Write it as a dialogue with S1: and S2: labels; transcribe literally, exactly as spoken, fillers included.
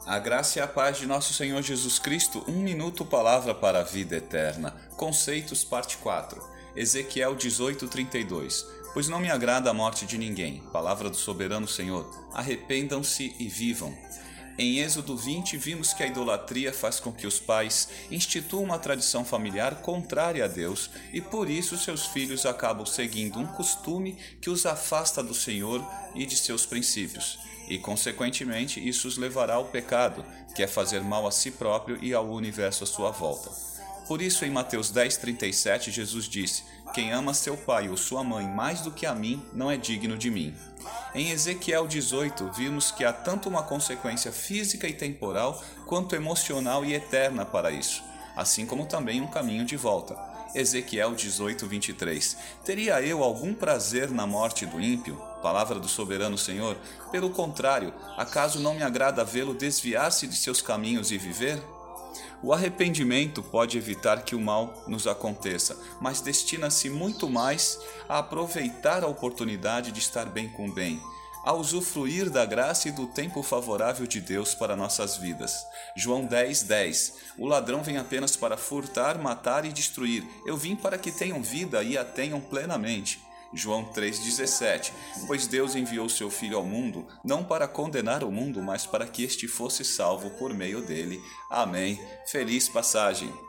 S1: A graça e a paz de nosso Senhor Jesus Cristo, um minuto palavra para a vida eterna. Conceitos, parte quatro. Ezequiel dezoito, trinta e dois. Pois não me agrada a morte de ninguém. Palavra do soberano Senhor. Arrependam-se e vivam. Em Êxodo vinte, vimos que a idolatria faz com que os pais instituam uma tradição familiar contrária a Deus e por isso seus filhos acabam seguindo um costume que os afasta do Senhor e de seus princípios. E, consequentemente, isso os levará ao pecado, que é fazer mal a si próprio e ao universo à sua volta. Por isso, em Mateus dez, trinta e sete, Jesus disse: quem ama seu pai ou sua mãe mais do que a mim, não é digno de mim. Em Ezequiel dezoito, vimos que há tanto uma consequência física e temporal, quanto emocional e eterna para isso, assim como também um caminho de volta. Ezequiel dezoito, vinte e três. Teria eu algum prazer na morte do ímpio? Palavra do soberano Senhor. Pelo contrário, acaso não me agrada vê-lo desviar-se de seus caminhos e viver? O arrependimento pode evitar que o mal nos aconteça, mas destina-se muito mais a aproveitar a oportunidade de estar bem com o bem, a usufruir da graça e do tempo favorável de Deus para nossas vidas. João dez, dez. O ladrão vem apenas para furtar, matar e destruir. Eu vim para que tenham vida e a tenham plenamente. João três, dezessete. Pois Deus enviou seu Filho ao mundo, não para condenar o mundo, mas para que este fosse salvo por meio dele. Amém. Feliz passagem.